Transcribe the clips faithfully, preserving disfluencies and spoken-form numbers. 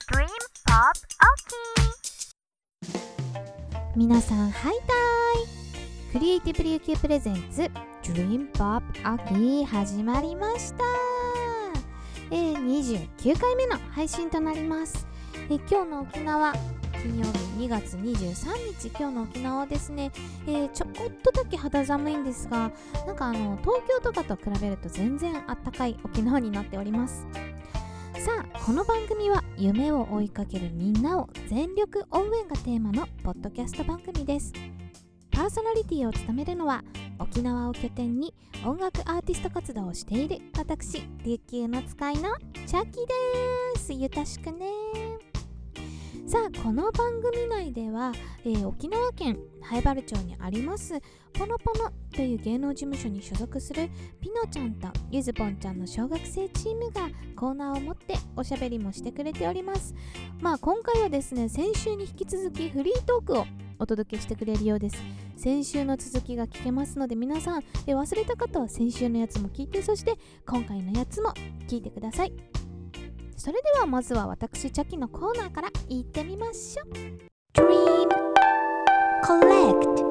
Dream Pop Oki。 皆さんハイタイ。クリエイティブ琉球プレゼンツ Dream Pop Oki 始まりました。えー、にじゅうきゅうかいめの配信となります。えー、今日の沖縄金曜日にがつにじゅうさんにち、今日の沖縄はですね、えー、ちょこっとだけ肌寒いんですが、なんかあの東京とかと比べると全然あったかい沖縄になっております。さあ、この番組は夢を追いかけるみんなを全力応援がテーマのポッドキャスト番組です。パーソナリティを務めるのは沖縄を拠点に音楽アーティスト活動をしている私、琉球の使いのチャキです。ゆたしくね。さあ、この番組内では、えー、沖縄県南風原町にありますポノポノという芸能事務所に所属するピノちゃんとゆずぽんちゃんの小学生チームがコーナーを持っておしゃべりもしてくれております。まあ今回はですね、先週に引き続きフリートークをお届けしてくれるようです。先週の続きが聞けますので、皆さんえ忘れた方は先週のやつも聞いて、そして今回のやつも聞いてください。それではまずは私チャキのコーナーから行ってみましょう。 Dream Collect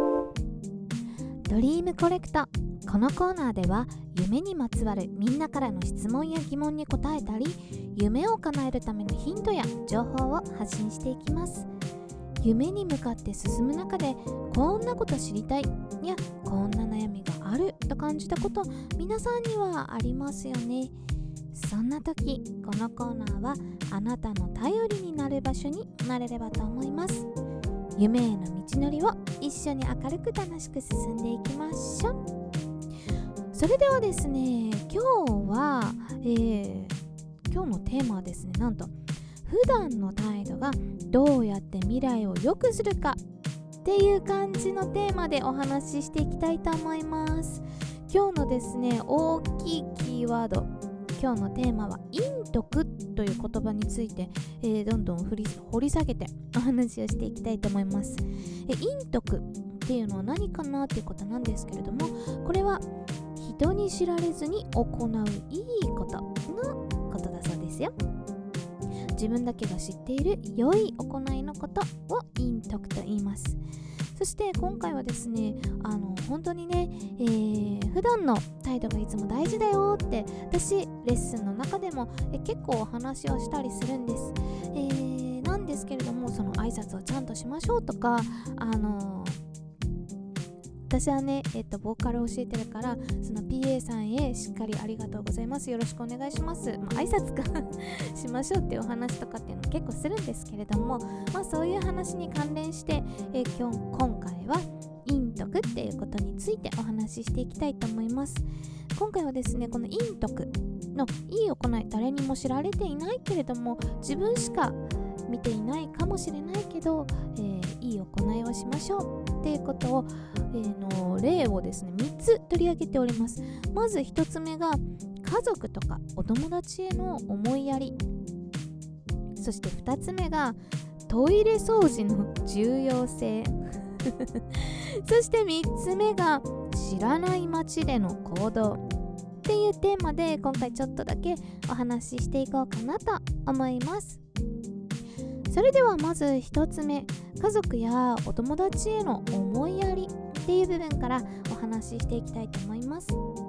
Dream Collect。 このコーナーでは夢にまつわるみんなからの質問や疑問に答えたり、夢を叶えるためのヒントや情報を発信していきます。夢に向かって進む中でこんなこと知りたいやこんな悩みがあると感じたこと皆さんにはありますよね。そんな時、このコーナーはあなたの頼りになる場所になれればと思います。夢への道のりを一緒に明るく楽しく進んでいきましょう。それではですね、今日は、えー、今日のテーマはですね、なんと普段の態度がどうやって未来を良くするかっていう感じのテーマでお話ししていきたいと思います。今日のですね、大きいキーワード、今日のテーマは陰徳という言葉について、えー、どんどん掘り、掘り下げてお話をしていきたいと思います。え陰徳っていうのは何かなっていうことなんですけれども、これは人に知られずに行ういいことのことだそうですよ。自分だけが知っている良い行いのことを陰徳と言います。そして今回はですね、あの本当にね、えー、普段の態度がいつも大事だよって私レッスンの中でもえ結構お話をしたりするんです。えー、なんですけれども、その挨拶をちゃんとしましょうとか、あのー私はね、えっと、ボーカルを教えてるから、その ピーエー さんへしっかりありがとうございます、よろしくお願いします、まあ、挨拶かしましょうっていうお話とかっていうの結構するんですけれども、まあそういう話に関連して、えー、今日今回は陰徳っていうことについてお話ししていきたいと思います。今回はですね、この陰徳のいい行い、誰にも知られていないけれども自分しか見ていないかもしれないけど、えー、いい行いをしましょうっていうことを、えー、の例をですねみっつ取り上げております。まずひとつめが家族とかお友達への思いやり、そしてふたつめがトイレ掃除の重要性そしてみっつめが知らない街での行動っていうテーマで今回ちょっとだけお話ししていこうかなと思います。それではまずひとつめ、家族やお友達への思いやりっていう部分からお話ししていきたいと思います。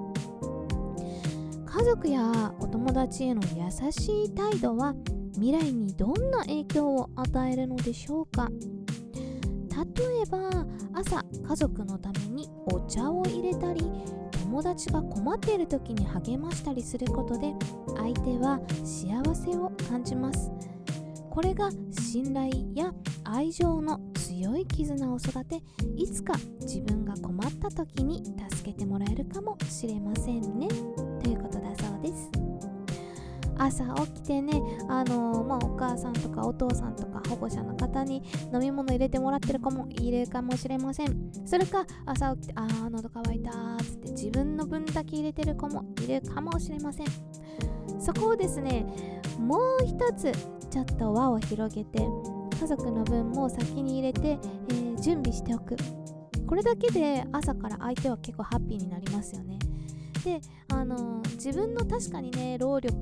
家族やお友達への優しい態度は未来にどんな影響を与えるのでしょうか。例えば朝家族のためにお茶を入れたり、友達が困っている時に励ましたりすることで相手は幸せを感じます。これが信頼や愛情の強い絆を育て、いつか自分が困った時に助けてもらえるかもしれませんねということだそうです。朝起きてね、あのーまあ、お母さんとかお父さんとか保護者の方に飲み物入れてもらってる子もいるかもしれません。それか朝起きてあー喉乾いたーつって自分の分だけ入れてる子もいるかもしれません。そこをですね、もう一つちょっと輪を広げて家族の分も先に入れて、えー、準備しておく。これだけで朝から相手は結構ハッピーになりますよね。で、あのー、自分の確かにね労力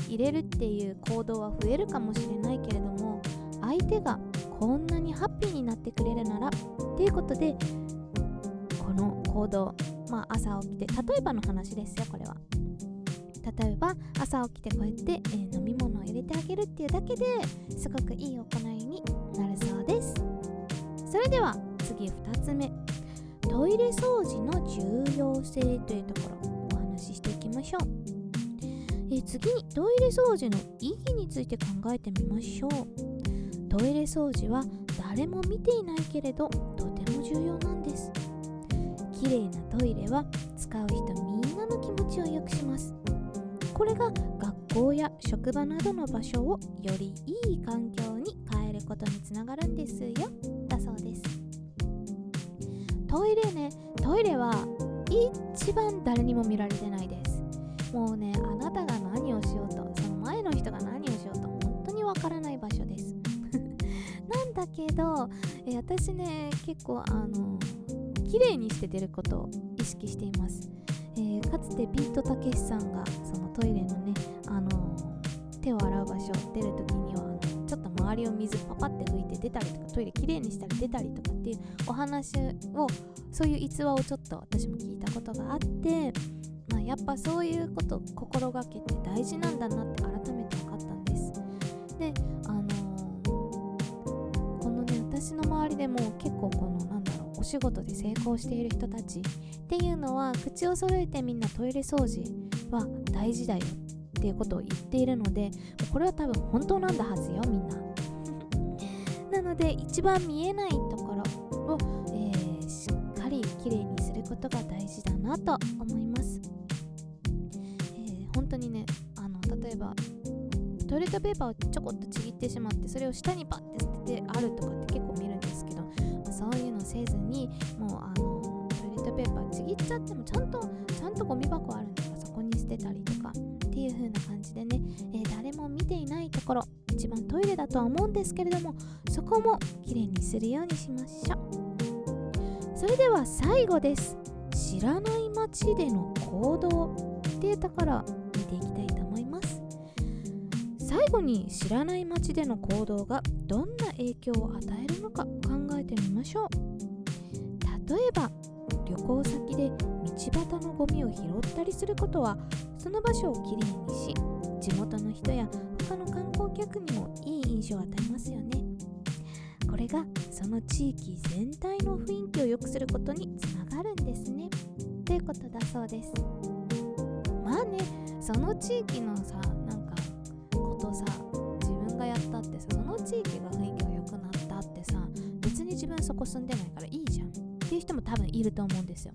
入れるっていう行動は増えるかもしれないけれども、相手がこんなにハッピーになってくれるならっていうことで、この行動、まあ朝起きて、例えばの話ですよ、これは。例えば朝起きてこうやって、えー、飲み物を入れてあげるっていうだけですごくいい行いになるそうです。それでは次ふたつめ、トイレ掃除の重要性というところをお話ししていきましょう。えー、次にトイレ掃除の意義について考えてみましょう。トイレ掃除は誰も見ていないけれどとても重要なんです。きれいなトイレは使う人みんなの気持ちを良くします。これが学校や職場などの場所をよりいい環境に変えることにつながるんですよ、だそうです。トイレね、トイレは一番誰にも見られてないです。もうね、あなたが何をしようと、その前の人が何をしようと本当にわからない場所ですなんだけど、え私ね、結構あの綺麗にして出ることを意識しています。えー、かつてビートたけしさんがそのトイレのね、あのー、手を洗う場所出るときにはあのちょっと周りを水パパって拭いて出たりとか、トイレきれいにしたら出たりとかっていうお話を、そういう逸話をちょっと私も聞いたことがあって、まあ、やっぱそういうことを心がけて大事なんだなって改めて分かったんです。で、あのー、このね、私の周りでも結構このなんだろうお仕事で成功している人たちっていうのは口を揃えてみんなトイレ掃除は大事だよっていうことを言っているので、これは多分本当なんだはずよ、みんななので一番見えないところを、えー、しっかりきれいにすることが大事だなと思います。えー、本当にね、あの例えばトイレットペーパーをちょこっとちぎってしまってそれを下にパッて捨ててあるとかって結構見るんですけど、そういうのせずに、もうあのトイレットペーパーちぎっちゃってもちゃんとちゃんとゴミ箱あるんだからそこに捨てたりとかっていう風な感じでね、えー、誰も見ていないところ、一番トイレだとは思うんですけれども、そこもきれいにするようにしましょう。それでは最後です。知らない街での行動っていうところを見ていきたいと思います。最後に知らない街での行動がどんな影響を与えるのか考えてみましょう。例えば旅行先で道端のゴミを拾ったりすることは、その場所をきれいにし、地元の人や他の観光客にもいい印象を与えますよね。これがその地域全体の雰囲気を良くすることにつながるんですね、ということだそうです。まあね、その地域のさ、なんかことさ、自分がやったってさ、その地域が雰囲気が良くなったってさ、別に自分そこ住んでないからいいじゃんっていう人も多分いると思うんですよ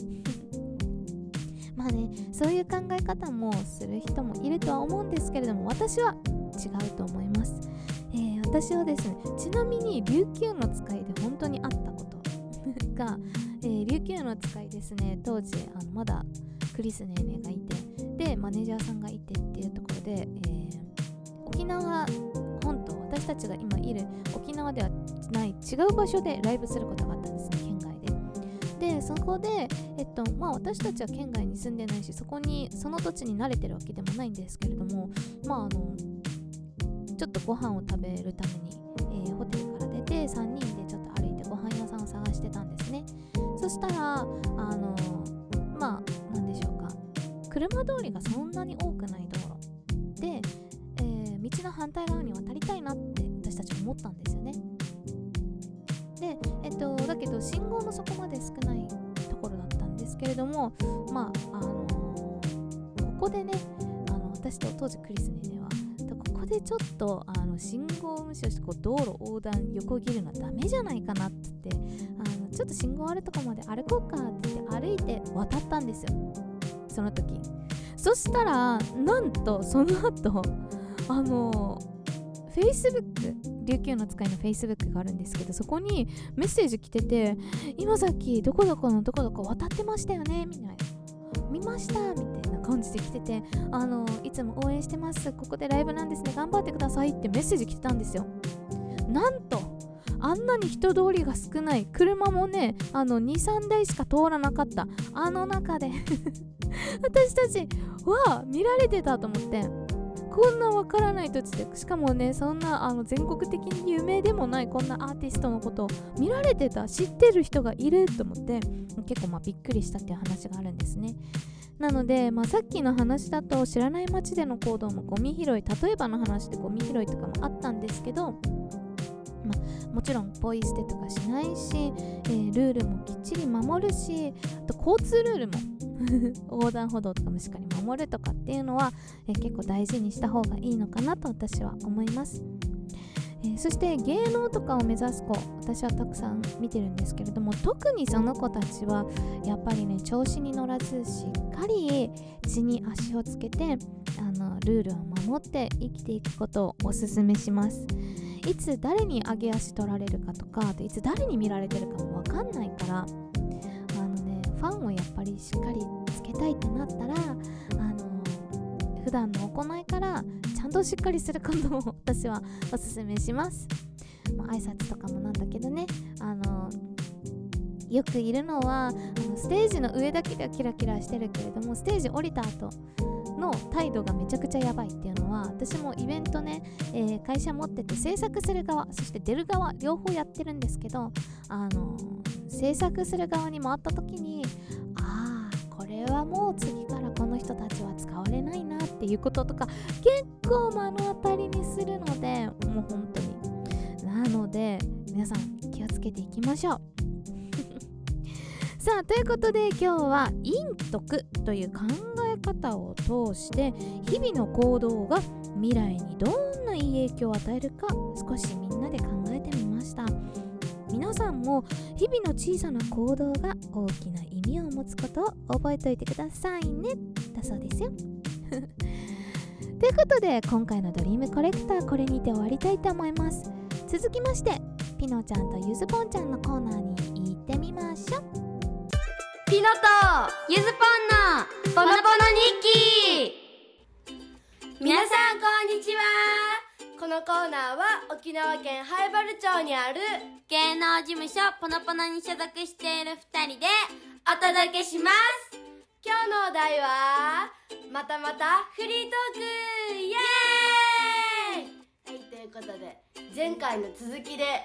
まあね、そういう考え方もする人もいるとは思うんですけれども、私は違うと思います。えー、私はですね、ちなみに琉球の使いで本当にあったことが、えー、琉球の使いですね、当時あのまだクリスネーネがいて、でマネージャーさんがいてっていうところで、えー、沖縄本島、私たちが今いる沖縄ではない違う場所でライブすることがあったんですね、県外で。でそこで、えっとまあ、私たちは県外に住んでないし、そこにその土地に慣れてるわけでもないんですけれども、まああのちょっとご飯を食べるために、えー、ホテルから出てさんにんでちょっと歩いてご飯屋さんを探してたんですね。そしたらあのまあなんでしょうか、車通りがそんなに多くない道路で、えー、道の反対側に渡りたいなって私たち思ったんですよね。で、えっと、だけど信号もそこまで少ないところだったんですけれども、まああのここでね、あの私と当時クリスネーネはここでちょっとあの信号無視をしてこう道路横断横切るのはダメじゃないかなって言って、あのちょっと信号あるとこまで歩こうかって言って歩いて渡ったんですよ、その時。そしたらなんとその後あの Facebook、 琉球の使いの Facebook があるんですけど、そこにメッセージ来てて、今さっきどこどこのどこどこ渡ってましたよねみたいな、見ましたみたいな感じで来てて、あのいつも応援してます、ここでライブなんですね、頑張ってくださいってメッセージ来てたんですよ。なんとあんなに人通りが少ない、車もねあの にさんだいしか通らなかったあの中で私たちは見られてたと思って、 こんなわからない土地で、しかもねそんなあの全国的に有名でもないこんなアーティストのことを見られてた、知ってる人がいると思って、結構まあびっくりしたっていう話があるんですね。なので、まあ、さっきの話だと知らない街での行動もゴミ拾い、例えばの話でゴミ拾いとかもあったんですけど、まあ、もちろんポイ捨てとかしないし、えー、ルールもきっちり守るし、あと交通ルールも横断歩道とかもしっかり守るとかっていうのは、えー、結構大事にした方がいいのかなと私は思います。えー、そして芸能とかを目指す子、私はたくさん見てるんですけれども、特にその子たちはやっぱりね調子に乗らず、しっかり地に足をつけてあのルールを守って生きていくことをお勧めします。いつ誰に上げ足取られるかとか、あといつ誰に見られてるかも分かんないから、あのねファンをやっぱりしっかりつけたいってなったら、あの普段の行いからちゃんとしっかりすることを私はおすすめします。まあ、挨拶とかもなんだけどね、あのよくいるのはあのステージの上だけではキラキラしてるけれども、ステージ降りた後の態度がめちゃくちゃやばいっていうのは、私もイベントね、えー、会社持ってて制作する側、そして出る側両方やってるんですけど、あの制作する側に回った時に、ああこれはもう次からこの人たちは使われないなっていうこととか結構目の当たりにするので、もう本当になので皆さん気をつけていきましょうさあ、ということで今日は陰徳という考え方を通して日々の行動が未来にどんないい影響を与えるか少しみんなで考えてみました。皆さんも日々の小さな行動が大きな意味を持つことを覚えておいてくださいね、だそうですよということで今回のドリームコレクターこれにて終わりたいと思います。続きましてピノちゃんとゆずぽんちゃんのコーナーに行ってみましょう。 ピノとゆずぽんのポノポノ日記。皆さんこんにちは。このコーナーは沖縄県南風原町にある芸能事務所ポノポノに所属しているふたりでお届けします。今日のお題はまたまたフリートーク、イエーイ。はい、ということで前回の続きで、はい、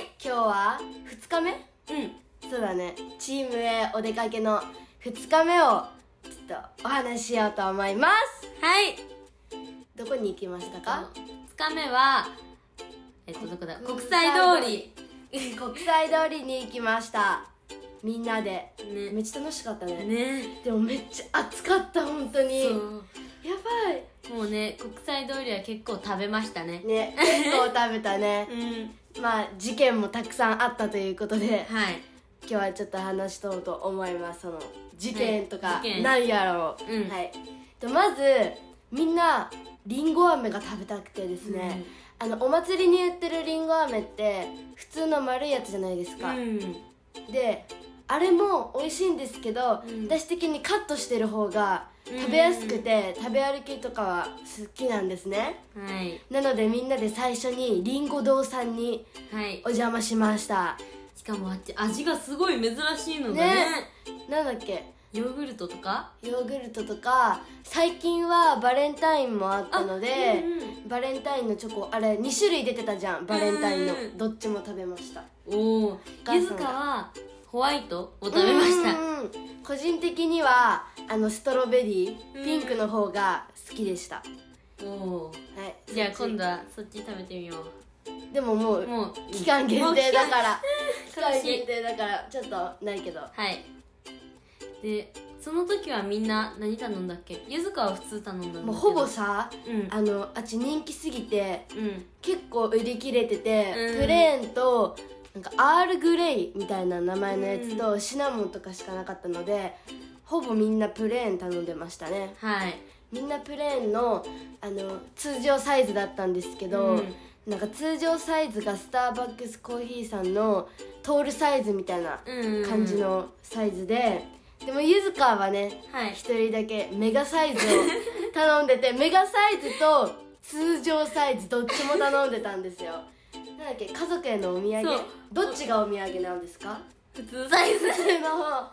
今日はふつかめ、うんそうだね、チームへお出かけのふつかめをちょっとお話ししようと思います。はい、どこに行きましたか？ふつかめはえっとどこだ、国際通り国際通りに行きました。みんなで、ね、めっちゃ楽しかったね。ね、でもめっちゃ暑かった、本当に。そう、やばい。もうね、国際通りは結構食べましたね。ね、結構食べたね。うん、まあ事件もたくさんあったということで、はい、今日はちょっと話しとうと思います。その事件とか、はい、何やろう、うん、はい。とまずみんなりんご飴が食べたくてですね、うん、あのお祭りに売ってるりんご飴って普通の丸いやつじゃないですか、うん、であれも美味しいんですけど、うん、私的にカットしてる方が食べやすくて、うん、食べ歩きとかは好きなんですね、はい、なのでみんなで最初にりんご堂さんにお邪魔しました、はい、しかもあっち味がすごい珍しいのが ね, ねなんだっけ、ヨーグルトとかヨーグルトとか、最近はバレンタインもあったので、うんうん、バレンタインのチョコ、あれに種類出てたじゃん、バレンタインの、うん、どっちも食べました。おお、ゆずかはホワイトを食べました。うんうん、個人的にはあのストロベリー、ピンクの方が好きでした。おお、はい、じゃあ今度はそっち食べてみよう。でももう、もう期間限定だから期間限定だからちょっとないけど、はい。でその時はみんな何頼んだっけ？ゆずかは普通頼んだんだけど、もうほぼさ、うん、あのあっち人気すぎて、うん、結構売り切れてて、うん、プレーンとなんかアールグレイみたいな名前のやつと、うん、シナモンとかしかなかったので、ほぼみんなプレーン頼んでましたね。はい、みんなプレーンの、あの通常サイズだったんですけど、うん、なんか通常サイズがスターバックスコーヒーさんのトールサイズみたいな感じのサイズで、でもゆずかはね、はい、一人だけメガサイズを頼んでてメガサイズと通常サイズどっちも頼んでたんですよ。なんだっけ、家族へのお土産、どっちがお土産なんですか？普通サイズの方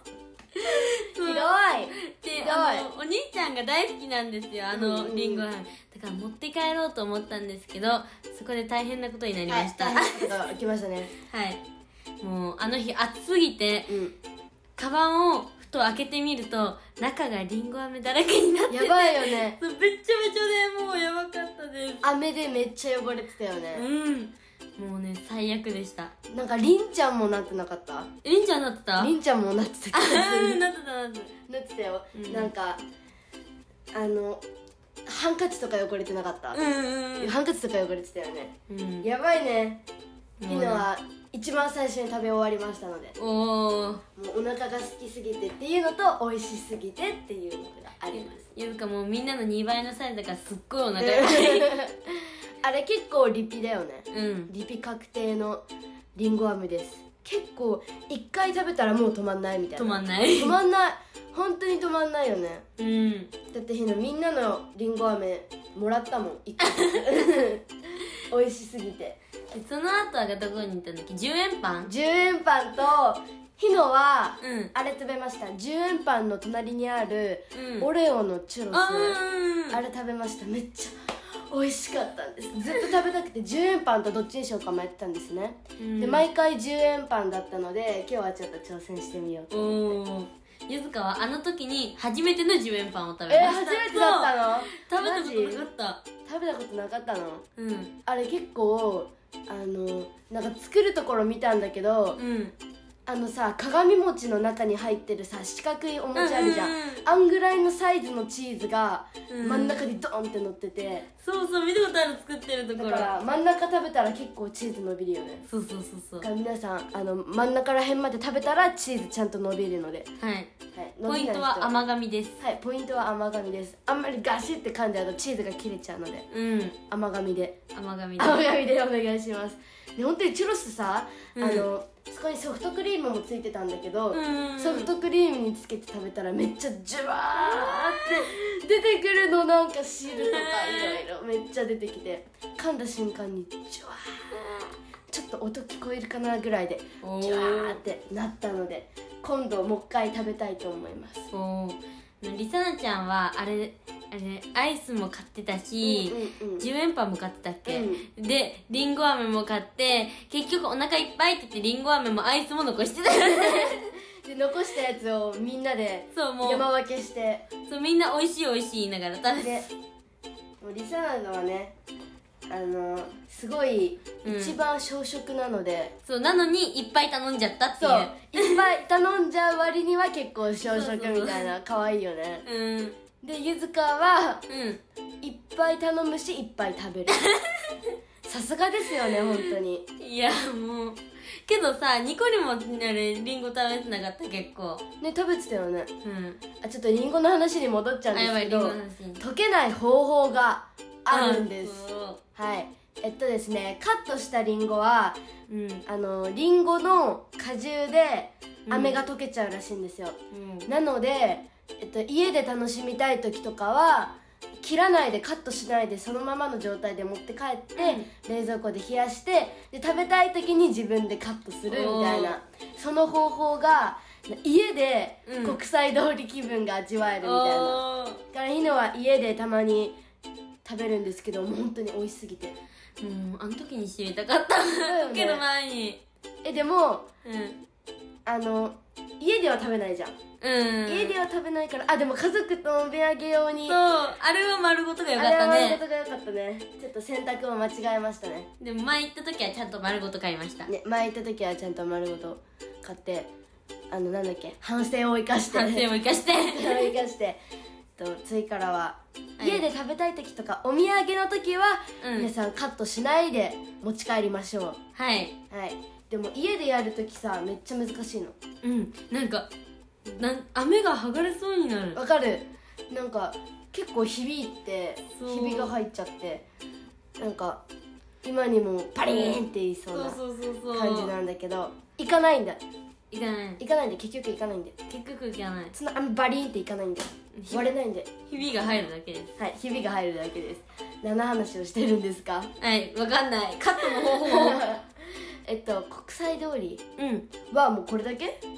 ひどいで、 ひどいあのお兄ちゃんが大好きなんですよ、あの、 うんうんリンゴ飴。だから持って帰ろうと思ったんですけど、そこで大変なことになりました。 はい、大変なことが起きましたね。 はい。もうあの日暑すぎて、 うんカバンをふと開けてみると中がリンゴ飴だらけになってて、 やばいよね。 そうべっちゃべちゃでもうやばかったです。 飴でめっちゃ汚れてたよね。 うんもうね最悪でした。 なんかりんちゃんもなってなかった？ りんちゃんなってた？ りんちゃんもなってた気がすあーる。 なってたなってなってたよ、 うんなんかあのハンカチとか汚れてなかった、 た。うんうんハンカチとか汚れてたよね。 うんやばいね。 もうひのは一番最初に食べ終わりましたので、 おーもうお腹が好きすぎてっていうのと美味しすぎてっていうのがあります。 ゆずかもうみんなのにばいのサイズだからすっごいお腹が痛い。 あれ結構リピだよね。 うんリピ確定のりんご飴です。結構一回食べたらもう止まんないみたいな。 止まんない止まんない。本当に止まんないよね。 うんだってひのみんなのりんご飴もらったもん一個。美味しすぎて。 でその後はどこに行ったんだっけ？じゅうえんパン。 じゅうえんパンとひのは、 うんあれ食べました。じゅうえんパンの隣にある、 うんオレオのチュロス、 あーあれ食べました。めっちゃ美味しかったんです。ずっと食べたくてじゅうえんパンとどっちにしようか迷ってたんですね、 うんで毎回じゅうえんパンだったので今日はちょっと挑戦してみようと思って。 おーゆずかはあの時に初めてのじゅうえんパンを食べえー、 ました。 初めてだったの？ そう食べたマジことなかった。 食べたことなかったの？ うんあれ結構あのなんか作るところ見たんだけど、 うんあのさ鏡餅の中に入ってるさ四角いお餅あるじゃん、 うんうんうんあんぐらいのサイズのチーズがうん真ん中にドーンって乗ってて、 そうそう見たことある作ってるところ。 だから真ん中食べたら結構チーズ伸びるよね。 そうそうそうそうだから皆さんあの真ん中ら辺まで食べたらチーズちゃんと伸びるので、 はいはい、 ポイン伸びない人トは甘噛みです。 はい、ポイントは甘噛みです。あんまりガシって噛んじゃうとチーズが切れちゃうのでうん甘噛みで甘噛みです。 甘噛みでお願いします。で本当にチュロスさ、 うんあのそこにソフトクリームもついてたんだけど、 うんソフトクリームにつけて食べたらめっちゃジュワーって出てくるの。なんか汁とかいろいろめっちゃ出てきて噛んだ瞬間にジュワー、ちょっと音聞こえるかなぐらいでおージュワーってなったので今度もう一回食べたいと思います。 おーりさなちゃんはあれあれアイスも買ってたし、 うんうんうんじゅうえんパンも買ってたっけ、 うでりんご飴も買って結局お腹いっぱいって言ってりんご飴もアイスも残してたで残したやつをみんなでそうもう山分けしてそうみんな美味しい美味しい言いながら食べてでもうリサナのはねあのすごいうん一番小食なので、 そうなのにいっぱい頼んじゃったっていそうういっぱい頼んじゃう割には結構小食みたいな可愛いよね。 うんでゆずかはうんいっぱい頼むしいっぱい食べるさすがですよね本当に。 いやもうけどさニコリもあれリンゴ食べてなかった結構ね食べてたよね。 うんあちょっとリンゴの話に戻っちゃうんあやばいですけどリンゴの話に溶けない方法があるんです。 そうはいえっとですねカットしたリンゴはうんあのリンゴの果汁でうん飴が溶けちゃうらしいんですよ、 うんなので、えっと、家で楽しみたい時とかは切らないでカットしないでそのままの状態で持って帰って、冷蔵庫で冷やしてで食べたい時に自分でカットするみたいなその方法が家でうん国際通り気分が味わえるみたいな、 おーだからひのは家でたまに食べるんですけどもう本当に美味しすぎて。 もうあの時に知りたかったよね溶ける前にえでもうんあの家では食べないじゃん、 うん家では食べないからあでも家族とお土産用にそうあれは丸ごとがよかったあれは丸ねごとが良かったね。ちょっと選択を間違えましたね。 でも前行った時はちゃんと丸ごと買いました、 ね前行った時はちゃんと丸ごと買ってあのなんだっけ反省を生かして反省を生かして反省を生かしてと次からは、 はい家で食べたい時とかお土産の時は、 うん皆さんカットしないで持ち帰りましょう。 はいはいでも家でやる時さめっちゃ難しいのうんなんかなん飴が剥がれそうになるわかる。なんか結構響いてそうひびが入っちゃってなんか今にもパリーンって言いそうなそうそうそうそう感じなんだけどいかないんだいかないいかないんで結局いかないんで結局いかないそのあんバリーンっていかないんで割れないんでひびが入るだけですはいひびが入るだけです。何の話をしてるんですかはいわかんないカットの方法えっと国際通りうんはもうこれだけ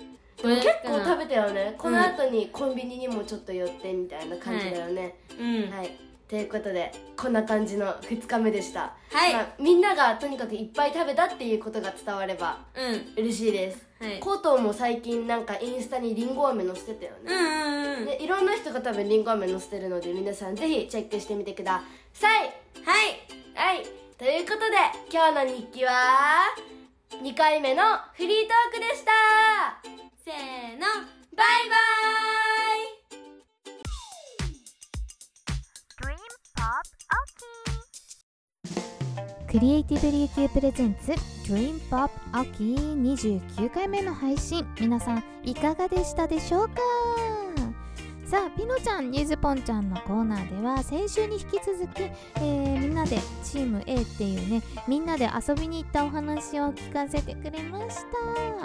でも結構食べたよね。この後にコンビニにもちょっと寄ってみたいな感じだよね。 うん、 はい、ということでこんな感じのふつかめでした。 はい、 まあ、みんながとにかくいっぱい食べたっていうことが伝われば嬉しいです。 はい、 コートも最近なんかインスタにりんご飴載せてたよね。 うんうんうん、 でいろんな人が多分りんご飴載せてるので皆さんぜひチェックしてみてください。 はいはい、ということで今日の日記はにかいめのフリートークでした。 せーの、 バイバイ。クリエイティブ琉球プレゼンツ Dream Pop 秋にじゅうきゅうかいめの配信、皆さんいかがでしたでしょうか。さあ、ピノちゃん、ゆずぽんちゃんのコーナーでは先週に引き続き、えー、みんなでチーム A っていうね、みんなで遊びに行ったお話を聞かせてくれました。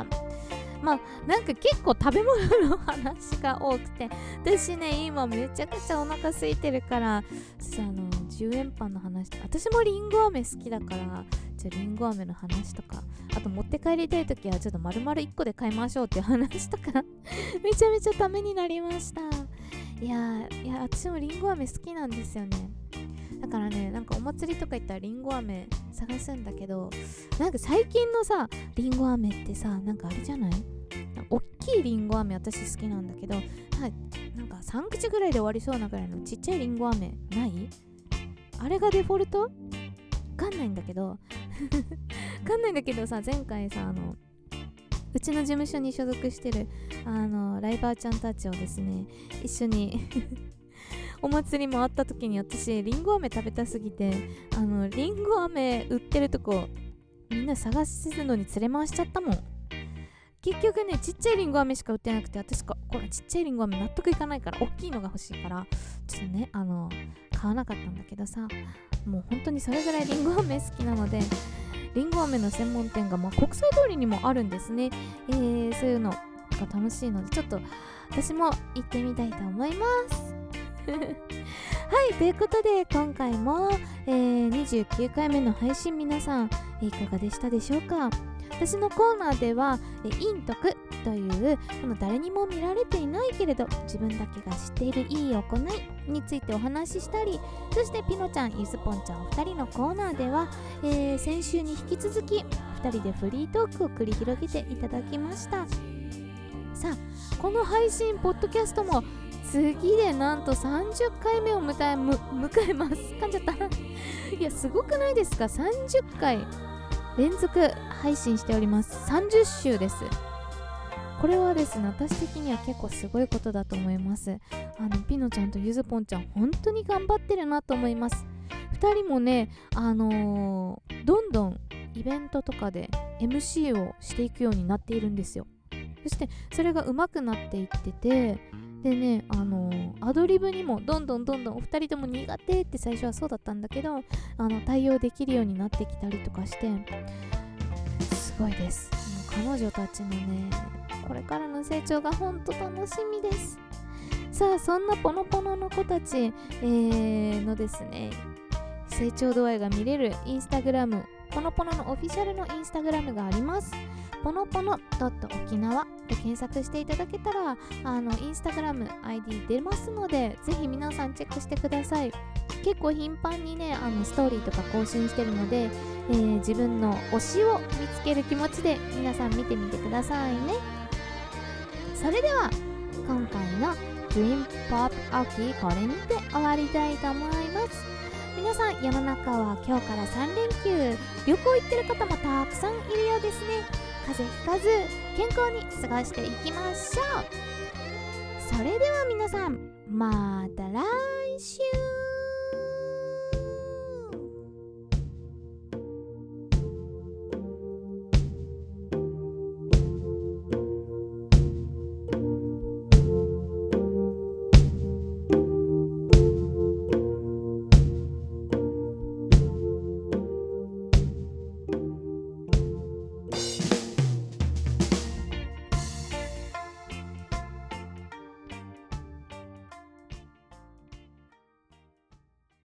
まあなんか結構食べ物の話が多くて、私ね今めちゃくちゃお腹空いてるからさ、あのじゅうえんパンの話とか、私もりんご飴好きだから、じゃありんご飴の話とか、あと持って帰りたいときはちょっと丸々いっこで買いましょうっていう話とかめちゃめちゃためになりました。いやいや私もりんご飴好きなんですよね。だからね、なんかお祭りとか行ったらりんご飴探すんだけど、なんか最近のさりんご飴ってさ、なんかあれじゃない、おっきいりんご飴私好きなんだけど、なんかさん口ぐらいで終わりそうなぐらいのちっちゃいりんご飴ない？あれがデフォルト？わかんないんだけどわかんないんだけどさ、前回さ、あのうちの事務所に所属してるあのライバーちゃんたちをですね一緒にお祭りもあった時に、私りんご飴食べたすぎて、あのりんご飴売ってるとこみんな探すのに連れ回しちゃったもん。結局ね、ちっちゃいりんご飴しか売ってなくて、私これちっちゃいりんご飴納得いかないから、大きいのが欲しいからちょっとね、あの買わなかったんだけどさ、もう本当にそれぐらいりんご飴好きなので、りんご飴の専門店が、まあ、国際通りにもあるんですね。えー、そういうのが楽しいので、ちょっと私も行ってみたいと思いますはい、ということで今回も、えー、にじゅうきゅうかいめの配信、皆さんいかがでしたでしょうか。私のコーナーではえ陰徳というこの誰にも見られていないけれど自分だけが知っているいい行いについてお話ししたり、そしてピノちゃん、ゆずぽんちゃんお二人のコーナーでは、えー、先週に引き続きふたりでフリートークを繰り広げていただきました。さあ、この配信ポッドキャストも次でなんとさんじゅっかいめを迎え、む迎えます。噛んじゃったいや、すごくないですか。さんじゅっかい連続配信しております。さんじゅっしゅうです。これはですね、私的には結構すごいことだと思います。あのピノちゃんとゆずぽんちゃん本当に頑張ってるなと思います。ふたりもね、あのー、どんどんイベントとかで エムシー をしていくようになっているんですよ。そしてそれが上手くなっていってて、でね、あのー、アドリブにもどんどんどんどんお二人とも苦手って最初はそうだったんだけど、あの対応できるようになってきたりとかしてすごいです。もう彼女たちのね、これからの成長がほんと楽しみです。さあ、そんなポノポノの子たち、えー、のですね成長度合いが見れるインスタグラム、ポノポノのオフィシャルのインスタグラムがあります。ポノポノ沖縄で検索していただけたら、あのインスタグラム アイディー 出ますので、ぜひ皆さんチェックしてください。結構頻繁にね、あのストーリーとか更新してるので、えー、自分の推しを見つける気持ちで皆さん見てみてくださいね。それでは今回の Dream Pop 秋、これにて終わりたいと思います。皆さん、世の中は今日からさんれんきゅう、旅行行ってる方もたくさんいるようですね。風邪ひかず健康に過ごしていきましょう。それでは皆さん、また来週。